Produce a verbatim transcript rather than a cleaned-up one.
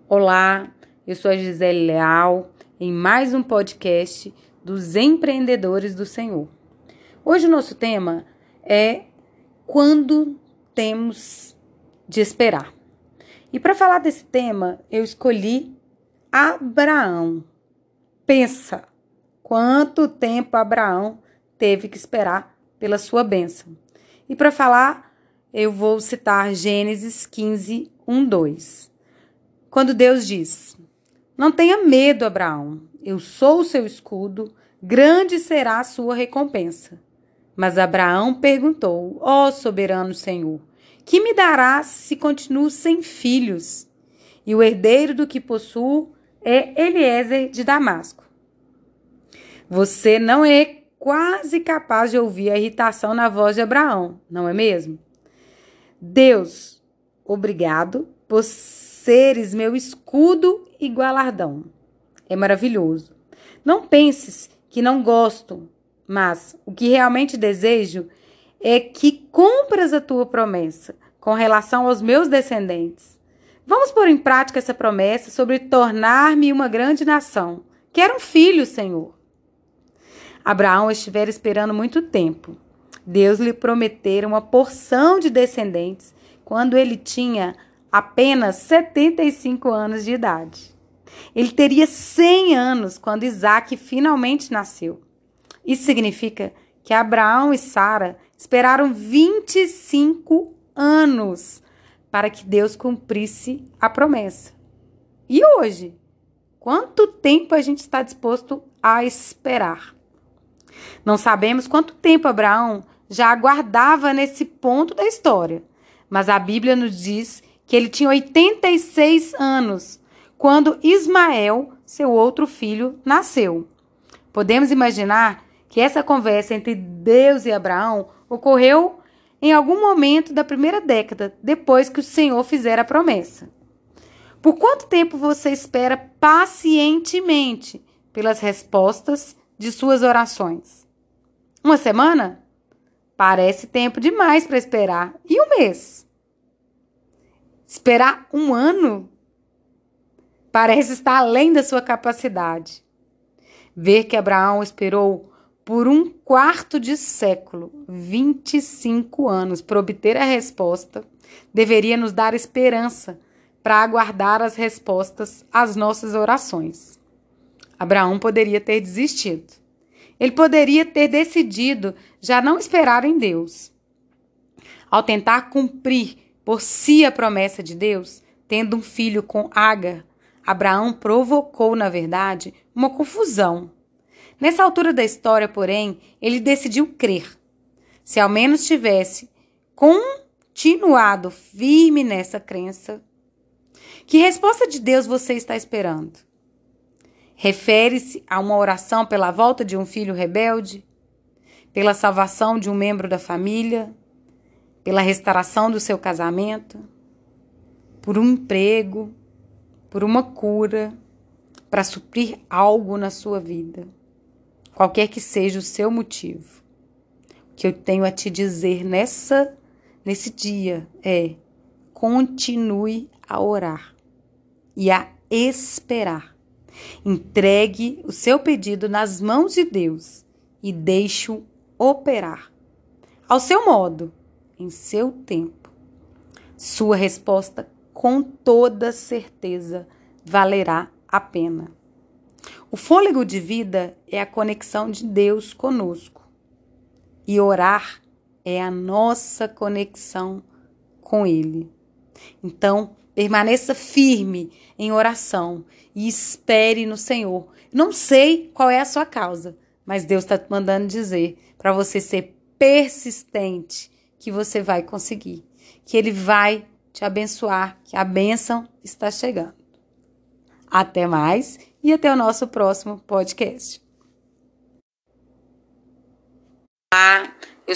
Olá, eu sou a Gisele Leal, em mais um podcast dos Empreendedores do Senhor. Hoje o nosso tema é quando temos de esperar. E para falar desse tema, eu escolhi Abraão. Pensa, quanto tempo Abraão teve que esperar pela sua bênção. E para falar, eu vou citar Gênesis quinze, um, dois. Quando Deus diz: não tenha medo, Abraão, eu sou o seu escudo, grande será a sua recompensa. Mas Abraão perguntou: ó soberano Senhor, que me darás se continuo sem filhos? E o herdeiro do que possuo é Eliezer de Damasco. Você não é quase capaz de ouvir a irritação na voz de Abraão, não é mesmo? Deus, obrigado por seres meu escudo e galardão. É maravilhoso. Não penses que não gosto, mas o que realmente desejo é que cumpras a tua promessa com relação aos meus descendentes. Vamos pôr em prática essa promessa sobre tornar-me uma grande nação. Quero um filho, Senhor. Abraão estivera esperando muito tempo. Deus lhe prometera uma porção de descendentes quando ele tinha apenas setenta e cinco anos de idade. Ele teria cem anos quando Isaac finalmente nasceu. Isso significa que Abraão e Sara esperaram vinte e cinco anos para que Deus cumprisse a promessa. E hoje? Quanto tempo a gente está disposto a esperar? Não sabemos quanto tempo Abraão já aguardava nesse ponto da história, mas a Bíblia nos diz que ele tinha oitenta e seis anos quando Ismael, seu outro filho, nasceu. Podemos imaginar que essa conversa entre Deus e Abraão ocorreu em algum momento da primeira década, depois que o Senhor fizera a promessa. Por quanto tempo você espera pacientemente pelas respostas de suas orações? Uma semana? Parece tempo demais para esperar. E um mês? Esperar um ano? Parece estar além da sua capacidade. Ver que Abraão esperou por um quarto de século, vinte e cinco anos, para obter a resposta, deveria nos dar esperança para aguardar as respostas às nossas orações. Abraão poderia ter desistido. Ele poderia ter decidido já não esperar em Deus. Ao tentar cumprir por si a promessa de Deus, tendo um filho com Agar, Abraão provocou, na verdade, uma confusão. Nessa altura da história, porém, ele decidiu crer. Se ao menos tivesse continuado firme nessa crença, que resposta de Deus você está esperando? Refere-se a uma oração pela volta de um filho rebelde? Pela salvação de um membro da família? Pela restauração do seu casamento? Por um emprego? Por uma cura? Para suprir algo na sua vida? Qualquer que seja o seu motivo. O que eu tenho a te dizer nessa, nesse dia é: continue a orar e a esperar. Entregue o seu pedido nas mãos de Deus e deixe-o operar. Ao seu modo, em seu tempo. Sua resposta, com toda certeza, valerá a pena. O fôlego de vida é a conexão de Deus conosco. E orar é a nossa conexão com Ele. Então, permaneça firme em oração e espere no Senhor. Não sei qual é a sua causa, mas Deus está te mandando dizer para você ser persistente, que você vai conseguir, que Ele vai te abençoar, que a bênção está chegando. Até mais e até o nosso próximo podcast. Olá,